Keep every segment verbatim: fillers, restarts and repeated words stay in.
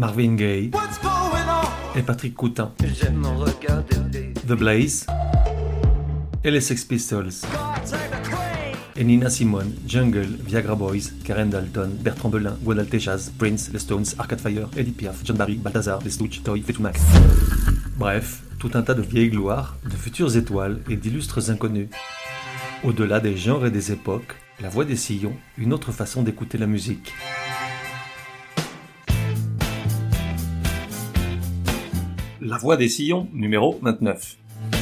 Marvin Gaye et Patrick Coutin, The Blaze et les Sex Pistols, et Nina Simone, Jungle, Viagra Boys, Karen Dalton, Bertrand Belin, Guadalté Jazz, Prince, les Stones, Arcade Fire, Edith Piaf, John Barry, Balthazar, les Stooges, Toy, Fleetwood Mac. Bref, tout un tas de vieilles gloires, de futures étoiles et d'illustres inconnus. Au-delà des genres et des époques, la voix des sillons, une autre façon d'écouter la musique. La voix des sillons, numéro vingt-neuf.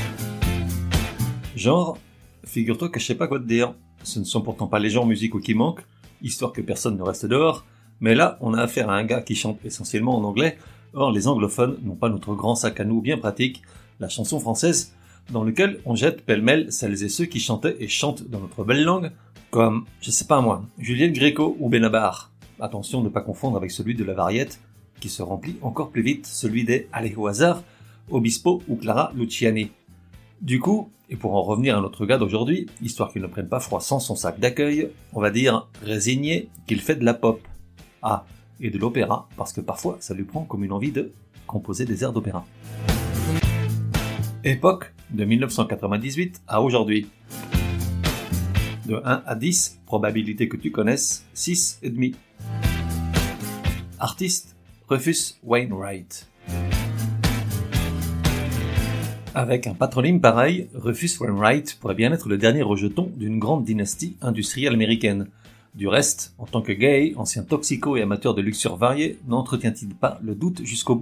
Genre, figure-toi que je sais pas quoi te dire. Ce ne sont pourtant pas les genres musicaux qui manquent, histoire que personne ne reste dehors, mais là, on a affaire à un gars qui chante essentiellement en anglais. Or, les anglophones n'ont pas notre grand sac à nous bien pratique, la chanson française, dans lequel on jette pêle-mêle celles et ceux qui chantaient et chantent dans notre belle langue, comme, je sais pas moi, Juliette Gréco ou Benabar. Attention de ne pas confondre avec celui de la variette, qui se remplit encore plus vite, celui des Allez au hasard, Obispo ou Clara Luciani. Du coup, et pour en revenir à notre gars d'aujourd'hui, histoire qu'il ne prenne pas froid sans son sac d'accueil, on va dire, résigné, qu'il fait de la pop. Ah, et de l'opéra, parce que parfois ça lui prend comme une envie de composer des airs d'opéra. Époque, de mille neuf cent quatre-vingt-dix-huit à aujourd'hui. De un à dix, probabilité que tu connaisses, six et demi. Artiste, Rufus Wainwright. Avec un patronyme pareil, Rufus Wainwright pourrait bien être le dernier rejeton d'une grande dynastie industrielle américaine. Du reste, en tant que gay, ancien toxico et amateur de luxure variée, n'entretient-il pas le doute jusqu'au bout ?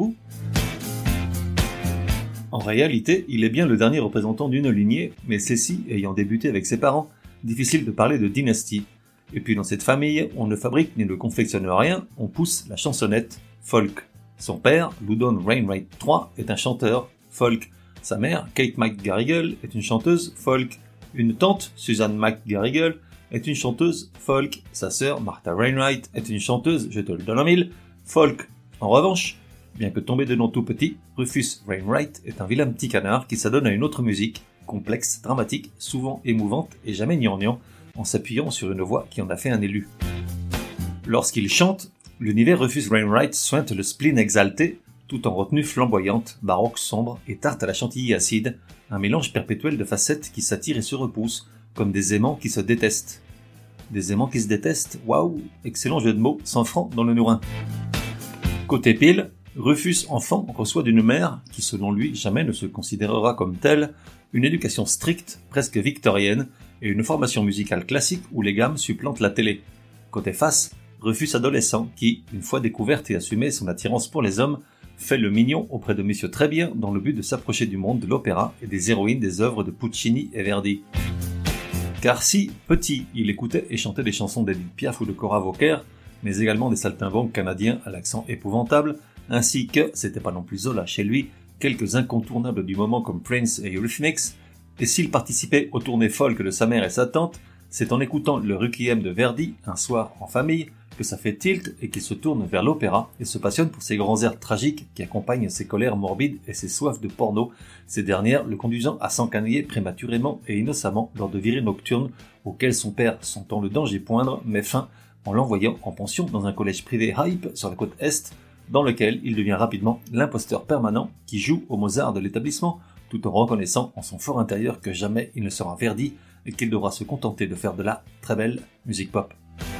En réalité, il est bien le dernier représentant d'une lignée, mais celle-ci ayant débuté avec ses parents, difficile de parler de dynastie. Et puis dans cette famille, on ne fabrique ni ne confectionne rien, on pousse la chansonnette folk. Son père, Loudon Wainwright trois, est un chanteur folk. Sa mère, Kate McGarrigle, est une chanteuse folk. Une tante, Susan McGarrigle, est une chanteuse folk. Sa sœur, Martha Wainwright, est une chanteuse, je te le donne en mille, folk. En revanche, bien que tombé de nom tout petit, Rufus Wainwright est un vilain petit canard qui s'adonne à une autre musique, complexe, dramatique, souvent émouvante et jamais gnangnan, en s'appuyant sur une voix qui en a fait un élu. Lorsqu'il chante, l'univers Rufus Wainwright sointe le spleen exalté, tout en retenue flamboyante, baroque sombre et tarte à la chantilly acide, un mélange perpétuel de facettes qui s'attirent et se repoussent, comme des aimants qui se détestent. Des aimants qui se détestent, waouh, excellent jeu de mots, cent francs dans le nourrin. Côté pile, Rufus enfant reçoit d'une mère, qui selon lui jamais ne se considérera comme telle, une éducation stricte, presque victorienne, et une formation musicale classique où les gammes supplantent la télé. Côté face, Rufus adolescent qui, une fois découverte et assumé son attirance pour les hommes, fait le mignon auprès de Monsieur Très-Bien dans le but de s'approcher du monde de l'opéra et des héroïnes des œuvres de Puccini et Verdi. Car si, petit, il écoutait et chantait des chansons d'Edith Piaf ou de Cora Vauquer, mais également des saltimbanques canadiens à l'accent épouvantable, ainsi que, c'était pas non plus Zola chez lui, quelques incontournables du moment comme Prince et Eurythmics, et s'il participait aux tournées folk de sa mère et sa tante, c'est en écoutant le Requiem de Verdi, un soir en famille, que ça fait tilt et qu'il se tourne vers l'opéra et se passionne pour ces grands airs tragiques qui accompagnent ses colères morbides et ses soifs de porno, ces dernières le conduisant à s'encanailler prématurément et innocemment lors de virées nocturnes auxquelles son père, sentant le danger poindre, met fin en l'envoyant en pension dans un collège privé hype sur la côte Est, dans lequel il devient rapidement l'imposteur permanent qui joue au Mozart de l'établissement, tout en reconnaissant en son fort intérieur que jamais il ne sera Verdi et qu'il devra se contenter de faire de la très belle musique pop.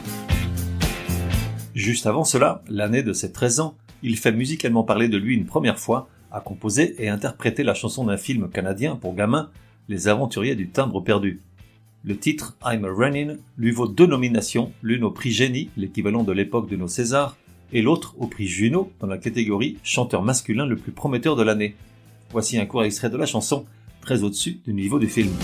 Juste avant cela, l'année de ses treize ans, il fait musicalement parler de lui une première fois, a composé et interprété la chanson d'un film canadien pour gamins, Les Aventuriers du Timbre Perdu. Le titre I'm a Runnin' lui vaut deux nominations, l'une au prix Génie, l'équivalent de l'époque de nos Césars, et l'autre au prix Juno dans la catégorie chanteur masculin le plus prometteur de l'année. Voici un court extrait de la chanson, très au-dessus du niveau du film.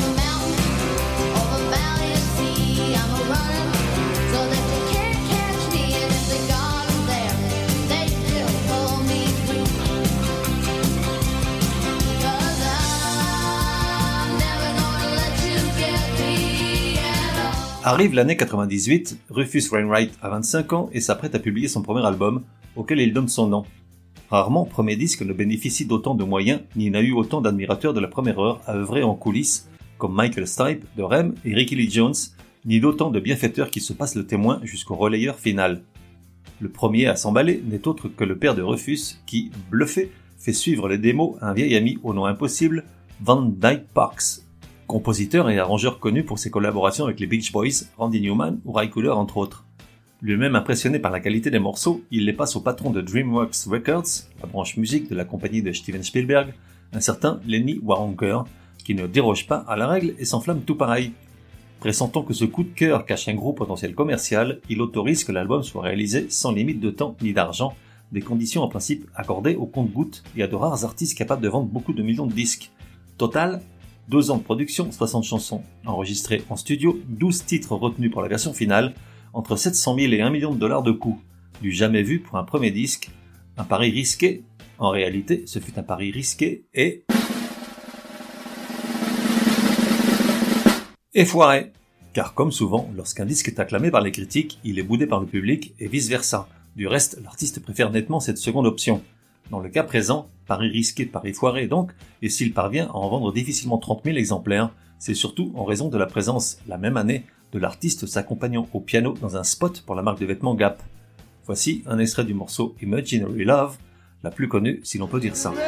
Arrive l'année quatre-vingt-dix-huit, Rufus Wainwright a vingt-cinq ans et s'apprête à publier son premier album, auquel il donne son nom. Rarement premier disque ne bénéficie d'autant de moyens, ni n'a eu autant d'admirateurs de la première heure à œuvrer en coulisses, comme Michael Stipe de R E M et Ricky Lee Jones, ni d'autant de bienfaiteurs qui se passent le témoin jusqu'au relayeur final. Le premier à s'emballer n'est autre que le père de Rufus qui, bluffé, fait suivre les démos à un vieil ami au nom impossible, Van Dyke Parks, compositeur et arrangeur connu pour ses collaborations avec les Beach Boys, Randy Newman ou Ry Cooder entre autres. Lui-même impressionné par la qualité des morceaux, il les passe au patron de DreamWorks Records, la branche musique de la compagnie de Steven Spielberg, un certain Lenny Waronker, qui ne déroge pas à la règle et s'enflamme tout pareil. Pressentant que ce coup de cœur cache un gros potentiel commercial, il autorise que l'album soit réalisé sans limite de temps ni d'argent, des conditions en principe accordées au compte-gouttes et à de rares artistes capables de vendre beaucoup de millions de disques. Total, deux ans de production, soixante chansons enregistrées en studio, douze titres retenus pour la version finale, entre sept cent mille et un million de dollars de coût. Du jamais vu pour un premier disque, un pari risqué. En réalité, ce fut un pari risqué et... et foiré. Car comme souvent, lorsqu'un disque est acclamé par les critiques, il est boudé par le public et vice-versa. Du reste, l'artiste préfère nettement cette seconde option. Dans le cas présent, pari risqué, pari foiré donc, et s'il parvient à en vendre difficilement trente mille exemplaires, c'est surtout en raison de la présence, la même année, de l'artiste s'accompagnant au piano dans un spot pour la marque de vêtements Gap. Voici un extrait du morceau Imaginary Love, la plus connue si l'on peut dire ça.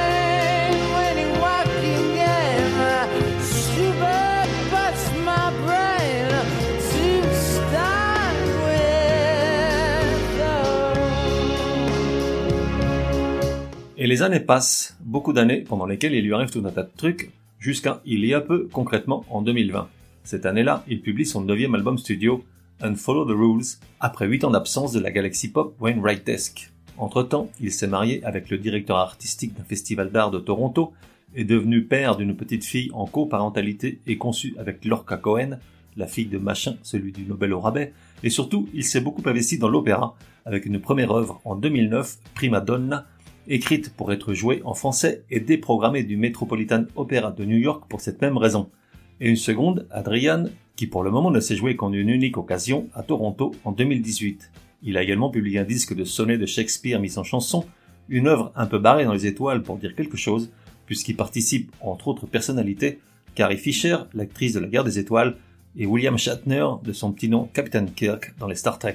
Et les années passent, beaucoup d'années pendant lesquelles il lui arrive tout un tas de trucs, jusqu'à il y a peu, concrètement en deux mille vingt. Cette année-là, il publie son neuvième album studio, Unfollow the Rules, après huit ans d'absence de la galaxie pop Wainwrightesque. Entre-temps, il s'est marié avec le directeur artistique d'un festival d'art de Toronto, est devenu père d'une petite fille en coparentalité et conçue avec Lorca Cohen, la fille de Machin, celui du Nobel au rabais, et surtout, il s'est beaucoup investi dans l'opéra, avec une première œuvre en deux mille neuf, Prima Donna, écrite pour être jouée en français et déprogrammée du Metropolitan Opera de New York pour cette même raison. Et une seconde, Adrian, qui pour le moment ne s'est joué qu'en une unique occasion à Toronto en deux mille dix-huit. Il a également publié un disque de sonnets de Shakespeare mis en chanson, une œuvre un peu barrée dans les étoiles pour dire quelque chose, puisqu'il participe, entre autres personnalités, Carrie Fisher, l'actrice de la Guerre des Étoiles, et William Shatner, de son petit nom Captain Kirk dans les Star Trek.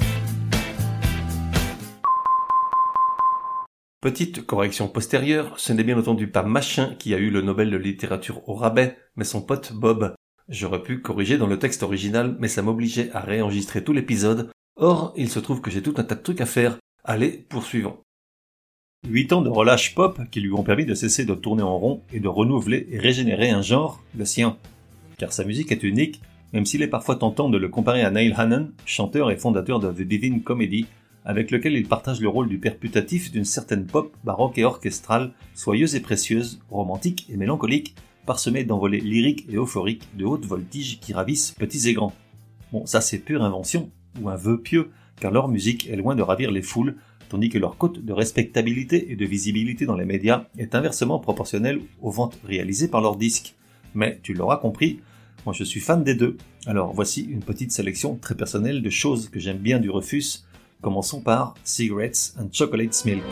Petite correction postérieure, ce n'est bien entendu pas Machin qui a eu le Nobel de littérature au rabais, mais son pote Bob. J'aurais pu corriger dans le texte original, mais ça m'obligeait à réenregistrer tout l'épisode. Or, il se trouve que j'ai tout un tas de trucs à faire. Allez, poursuivons. Huit ans de relâche pop qui lui ont permis de cesser de tourner en rond et de renouveler et régénérer un genre, le sien. Car sa musique est unique, même s'il est parfois tentant de le comparer à Neil Hannon, chanteur et fondateur de The Divine Comedy, avec lequel il partage le rôle du père putatif d'une certaine pop baroque et orchestrale, soyeuse et précieuse, romantique et mélancolique, parsemée d'envolées lyriques et euphoriques de haute voltige qui ravissent petits et grands. Bon, ça c'est pure invention, ou un vœu pieux, car leur musique est loin de ravir les foules, tandis que leur cote de respectabilité et de visibilité dans les médias est inversement proportionnelle aux ventes réalisées par leurs disques. Mais, tu l'auras compris, moi je suis fan des deux. Alors voici une petite sélection très personnelle de choses que j'aime bien du Rufus. Commençons par Cigarettes and Chocolate Milk.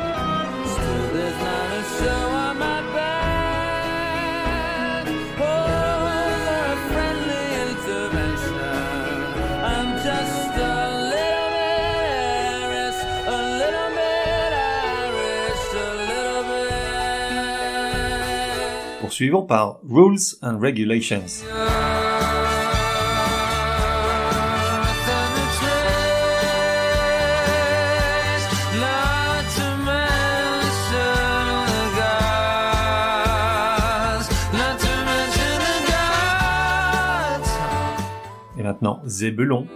Poursuivons par Rules and Regulations. Et maintenant, Zébulon.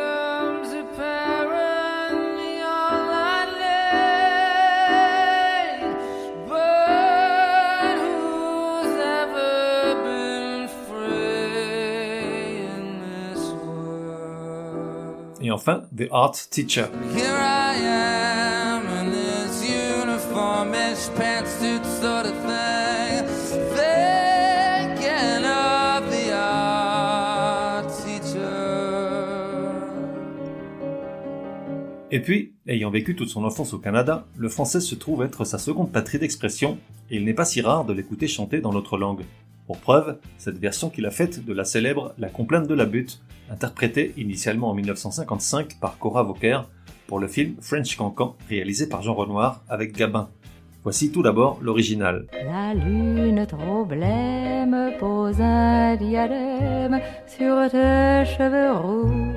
Et enfin, The Art Teacher. Here I am in this uniform-ish pantsuit sort of thing, thinking of the art teacher. Et puis, ayant vécu toute son enfance au Canada, le français se trouve être sa seconde patrie d'expression, et il n'est pas si rare de l'écouter chanter dans notre langue. Pour preuve, cette version qu'il a faite de la célèbre La complainte de la butte, interprétée initialement en mille neuf cent cinquante-cinq par Cora Vauquer, pour le film French Cancan réalisé par Jean Renoir avec Gabin. Voici tout d'abord l'original. La lune trop blême pose un diadème sur tes cheveux roux.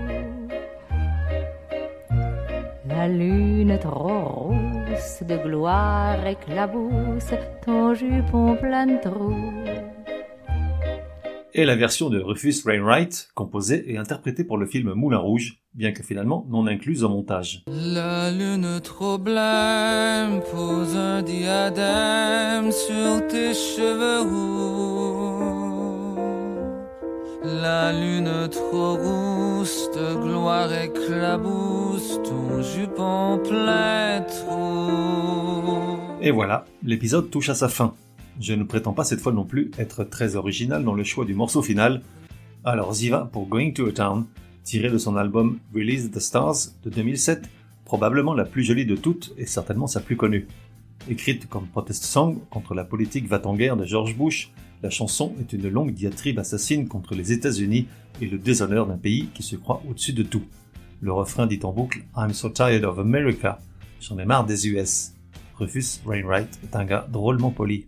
La lune trop rousse de gloire éclabousse ton jupon plein de trous. Et la version de Rufus Wainwright, composée et interprétée pour le film Moulin Rouge, bien que finalement non incluse au montage. La lune trop blême pose un diadème sur tes cheveux roux. La lune trop rousse de gloire éclabousse ton jupon plein de trous. Et voilà, l'épisode touche à sa fin. Je ne prétends pas cette fois non plus être très original dans le choix du morceau final, alors Ziva pour Going to a Town, tiré de son album Release the Stars de deux mille sept, probablement la plus jolie de toutes et certainement sa plus connue. Écrite comme protest song contre la politique va-t-en-guerre de George Bush, la chanson est une longue diatribe assassine contre les États-Unis et le déshonneur d'un pays qui se croit au-dessus de tout. Le refrain dit en boucle « I'm so tired of America », j'en ai marre des U S. Rufus Wainwright est un gars drôlement poli.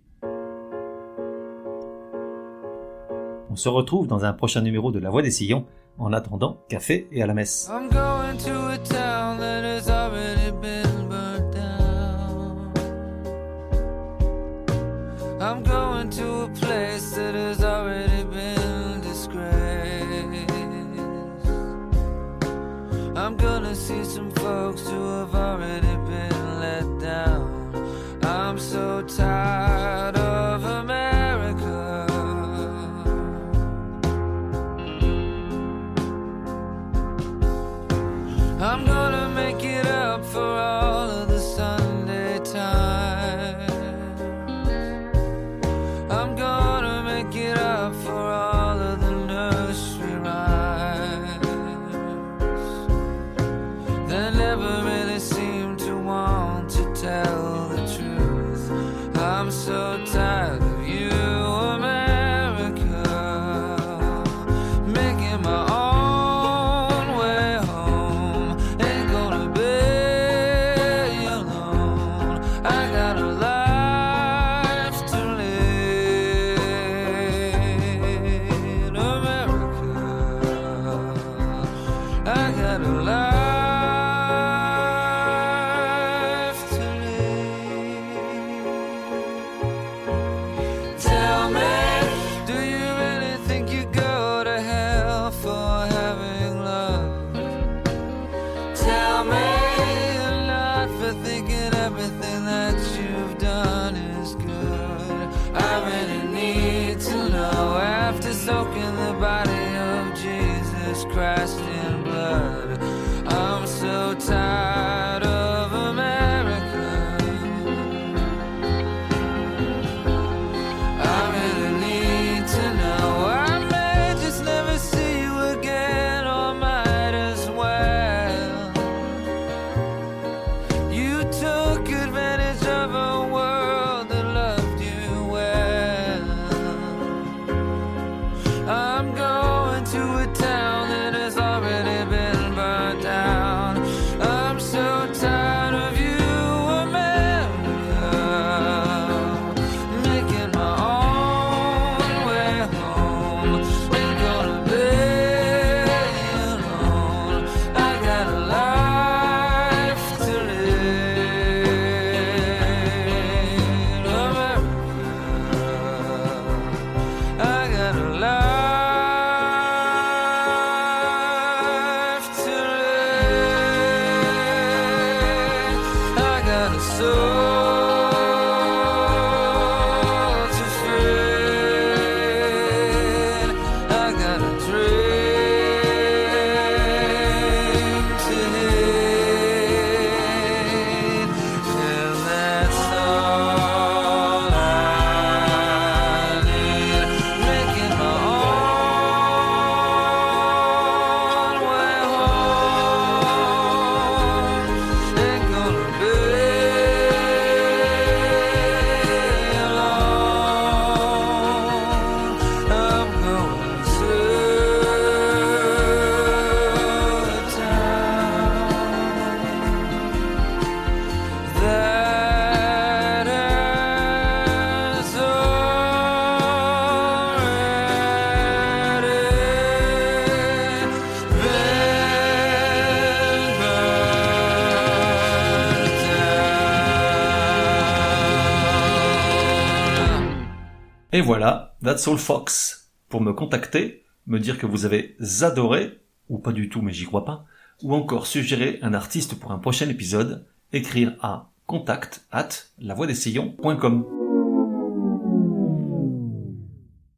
On se retrouve dans un prochain numéro de La Voix des Sillons. En attendant, café et à la messe. I'm going to a town that has already been burnt down. I'm going to a place that has already been disgraced. I'm gonna see some folks who have already been let down. I'm so tired of America. I'm gonna make it up for all of the Sunday times. I'm gonna make it up for all of the nursery rhymes that never really seem to want to tell the truth. I'm so tired of you, America, making my own. Soaking the body of Jesus Christ in blood. I'm so tired of America. I really need to know. I may just never see you again, or might as well. You took advantage of a world that loved you well. I'm going to a town that has already been burnt down. I'm so tired of you, America, making my own way home. Ain't gonna be alone. I got a life to live, America. I got a life. Ain't gonna be Et voilà, that's all folks. Pour me contacter, me dire que vous avez adoré, ou pas du tout mais j'y crois pas, ou encore suggérer un artiste pour un prochain épisode, écrire à contact at la voix des sillons point com.